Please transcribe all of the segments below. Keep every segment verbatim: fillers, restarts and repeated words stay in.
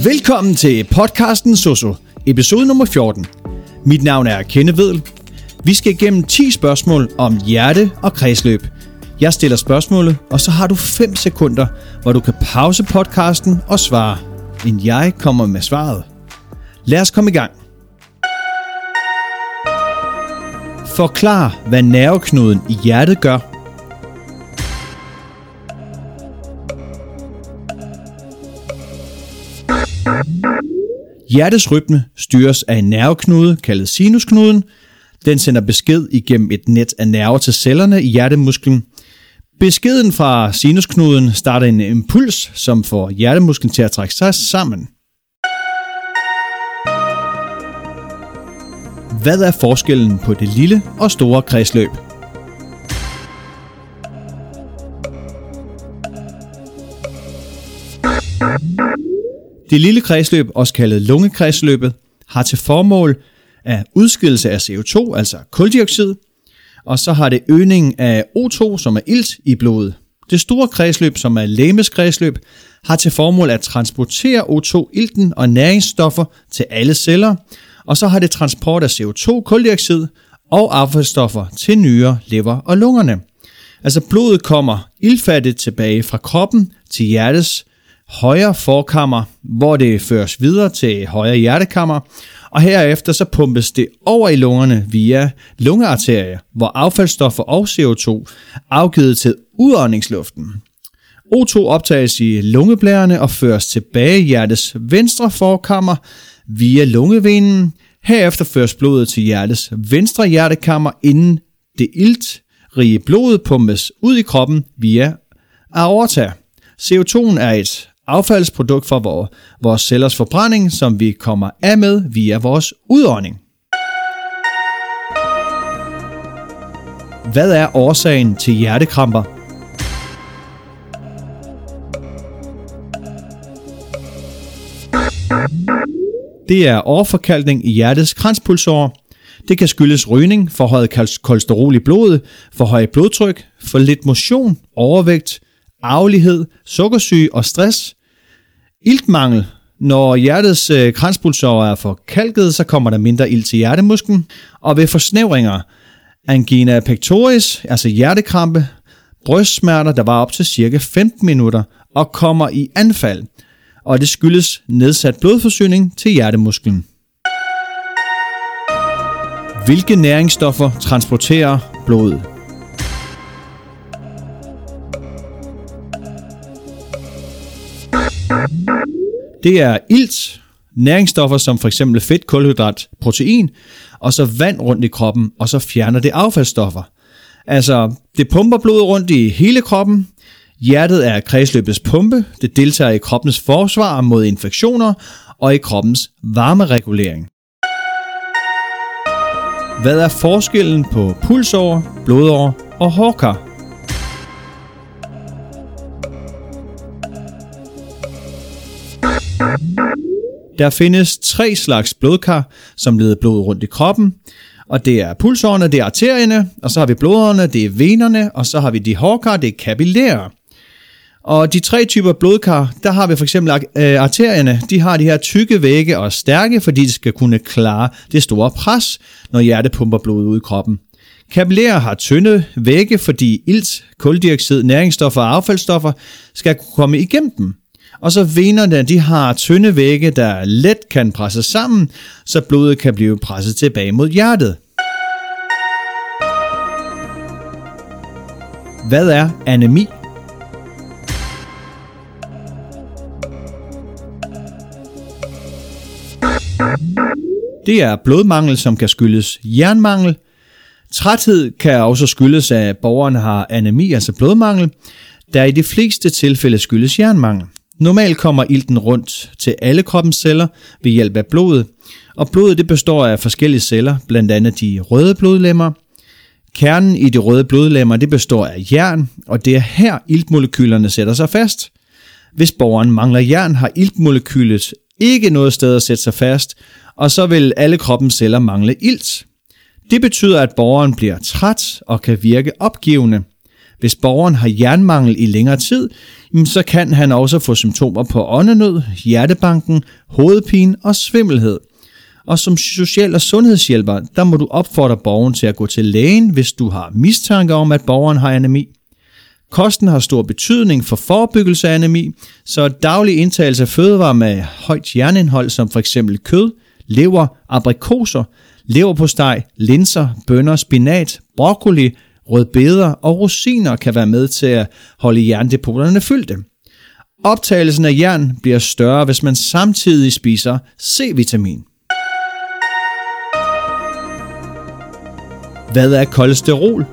Velkommen til podcasten Soso, episode nummer fjorten. Mit navn er Kenneth Vedel. Vi skal igennem ti spørgsmål om hjerte og kredsløb. Jeg stiller spørgsmålet, og så har du fem sekunder, hvor du kan pause podcasten og svare, inden jeg kommer med svaret. Lad os komme i gang. Forklar, hvad nerveknuden i hjertet gør. Hjertets rytme styres af en nerveknude, kaldet sinusknuden. Den sender besked igennem et net af nerver til cellerne i hjertemusklen. Beskeden fra sinusknuden starter en impuls, som får hjertemusklen til at trække sig sammen. Hvad er forskellen på det lille og store kredsløb? Det lille kredsløb, også kaldet lungekredsløbet, har til formål af udskillelse af C O to, altså kuldioxid, og så har det øgning af O to, som er ilt, i blodet. Det store kredsløb, som er legemskredsløb, har til formål at transportere O to, ilten og næringsstoffer til alle celler, og så har det transport af C O to, kuldioxid og affaldsstoffer til nyrer, lever og lungerne. Altså blodet kommer iltfattigt tilbage fra kroppen til hjertets højre forkammer, hvor det føres videre til højre hjertekammer, og herefter så pumpes det over i lungerne via lungearterier, hvor affaldsstoffer og C O to afgivet til udåndingsluften. O to optages i lungeblærerne og føres tilbage i hjertets venstre forkammer via lungevenen. Herefter føres blodet til hjertets venstre hjertekammer, inden det iltrige blod pumpes ud i kroppen via aorta. C O to'en er et affaldsprodukt fra vores cellers forbrænding, som vi kommer af med via vores udånding. Hvad er årsagen til hjertekramper? Det er åreforkalkning i hjertets kranspulsåre. Det kan skyldes rygning, forhøjet kolesterol i blodet, for højt blodtryk, for lidt motion, overvægt, arvelighed, sukkersyge og stress. Iltmangel. Når hjertets øh, kranspulsårer er forkalket, så kommer der mindre ilt til hjertemusklen. Og ved forsnævringer, angina pectoris, altså hjertekrampe, brystsmerter, der var op til cirka femten minutter og kommer i anfald. Og det skyldes nedsat blodforsyning til hjertemusklen. Hvilke næringsstoffer transporterer blodet? Det er ilt, næringsstoffer som f.eks. fedt, kulhydrat, protein, og så vand rundt i kroppen, og så fjerner det affaldsstoffer. Altså, det pumper blodet rundt i hele kroppen. Hjertet er kredsløbets pumpe. Det deltager i kroppens forsvar mod infektioner og i kroppens varmeregulering. Hvad er forskellen på pulsårer, blodårer og hårkar? Der findes tre slags blodkar, som leder blodet rundt i kroppen, og det er pulsårene, det er arterierne, og så har vi blodårene, det er venerne, og så har vi de hårkar, det er kapillærer. Og de tre typer blodkar, der har vi for eksempel arterierne, de har de her tykke vægge og stærke, fordi de skal kunne klare det store pres, når hjertet pumper blodet ud i kroppen. Kapillærer har tynde vægge, fordi ilt, kuldioxid, næringsstoffer og affaldsstoffer skal kunne komme igennem dem. Og så venerne, de har tynde vægge, der let kan presses sammen, så blodet kan blive presset tilbage mod hjertet. Hvad er anæmi? Det er blodmangel, som kan skyldes jernmangel. Træthed kan også skyldes, at borgeren har anæmi, altså blodmangel, der i de fleste tilfælde skyldes jernmangel. Normalt kommer ilten rundt til alle kroppens celler ved hjælp af blodet, og blodet det består af forskellige celler, blandt andet de røde blodlemmer. Kernen i de røde blodlemmer det består af jern, og det er her iltmolekylerne sætter sig fast. Hvis borgeren mangler jern, har iltmolekylet ikke noget sted at sætte sig fast, og så vil alle kroppens celler mangle ilt. Det betyder, at borgeren bliver træt og kan virke opgivende. Hvis borgeren har jernmangel i længere tid, så kan han også få symptomer på åndenød, hjertebanken, hovedpine og svimmelhed. Og som social- og sundhedshjælper, der må du opfordre borgeren til at gå til lægen, hvis du har mistanke om, at borgeren har anæmi. Kosten har stor betydning for forebyggelse af anæmi, så daglig indtagelse af fødevarer med højt jernindhold, som f.eks. kød, lever, aprikoser, leverpostej, linser, bønner, spinat, broccoli, rødbeder og rosiner kan være med til at holde jerndepoterne fyldte. Optagelsen af jern bliver større, hvis man samtidig spiser C-vitamin. Hvad er kolesterol?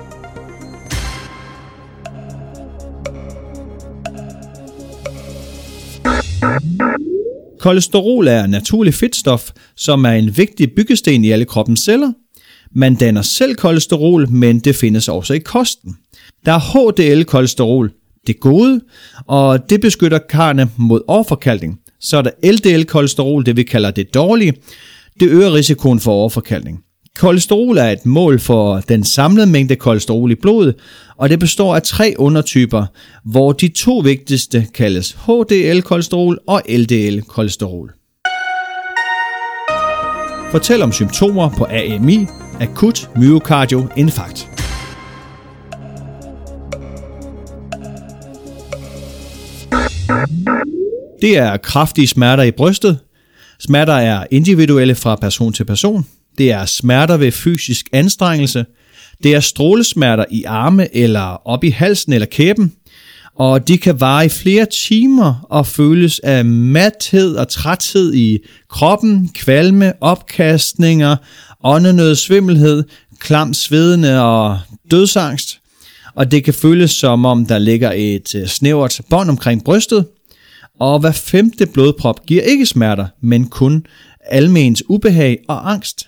Kolesterol er naturlig fedtstof, som er en vigtig byggesten i alle kroppens celler. Man danner selv kolesterol, men det findes også i kosten. Der er H D L-kolesterol, det gode, og det beskytter karrene mod overforkalkning. Så er der L D L-kolesterol, det vi kalder det dårlige. Det øger risikoen for overforkalkning. Kolesterol er et mål for den samlede mængde kolesterol i blodet, og det består af tre undertyper, hvor de to vigtigste kaldes H D L-kolesterol og L D L-kolesterol. Fortæl om symptomer på A M I, akut myokardioinfarkt. Det er kraftige smerter i brystet. Smerter er individuelle fra person til person. Det er smerter ved fysisk anstrengelse. Det er strålesmerter i arme eller op i halsen eller kæben. Og de kan vare i flere timer og føles af mathed og træthed i kroppen, kvalme, opkastninger, åndenød, svimmelhed, klam, svedende og dødsangst. Og det kan føles som om der ligger et snævert bånd omkring brystet. Og hver femte blodprop giver ikke smerter, men kun almens ubehag og angst.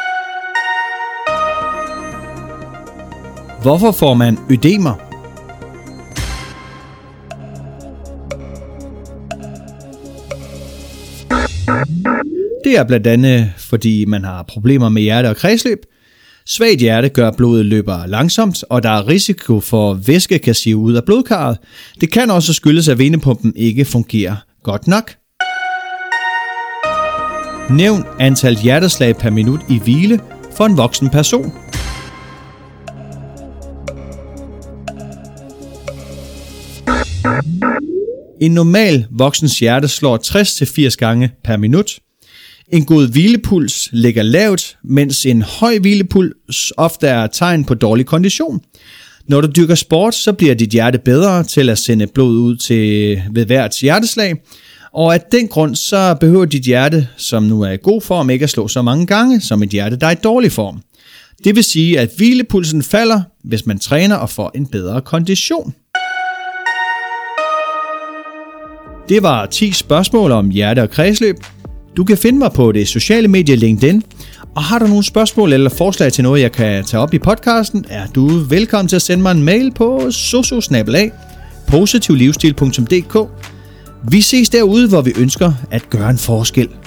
Hvorfor får man ødemer? Det er blandt andet, fordi man har problemer med hjerte og kredsløb. Svagt hjerte gør, at blodet løber langsomt, og der er risiko for, at væske kan sive ud af blodkarret. Det kan også skyldes, at venepumpen ikke fungerer godt nok. Nævn antal hjerteslag per minut i hvile for en voksen person. En normal voksens hjerte slår tres til firs gange per minut. En god hvilepuls ligger lavt, mens en høj hvilepuls ofte er tegn på dårlig kondition. Når du dyrker sport, så bliver dit hjerte bedre til at sende blod ud til ved hvert hjerteslag. Og af den grund, så behøver dit hjerte, som nu er i god form, ikke at slå så mange gange som et hjerte, der er i dårlig form. Det vil sige, at hvilepulsen falder, hvis man træner og får en bedre kondition. Det var ti spørgsmål om hjerte og kredsløb. Du kan finde mig på det sociale medie LinkedIn, og har du nogle spørgsmål eller forslag til noget, jeg kan tage op i podcasten, er du velkommen til at sende mig en mail på sosu bindestreg positivlivsstil punktum d k. Vi ses derude, hvor vi ønsker at gøre en forskel.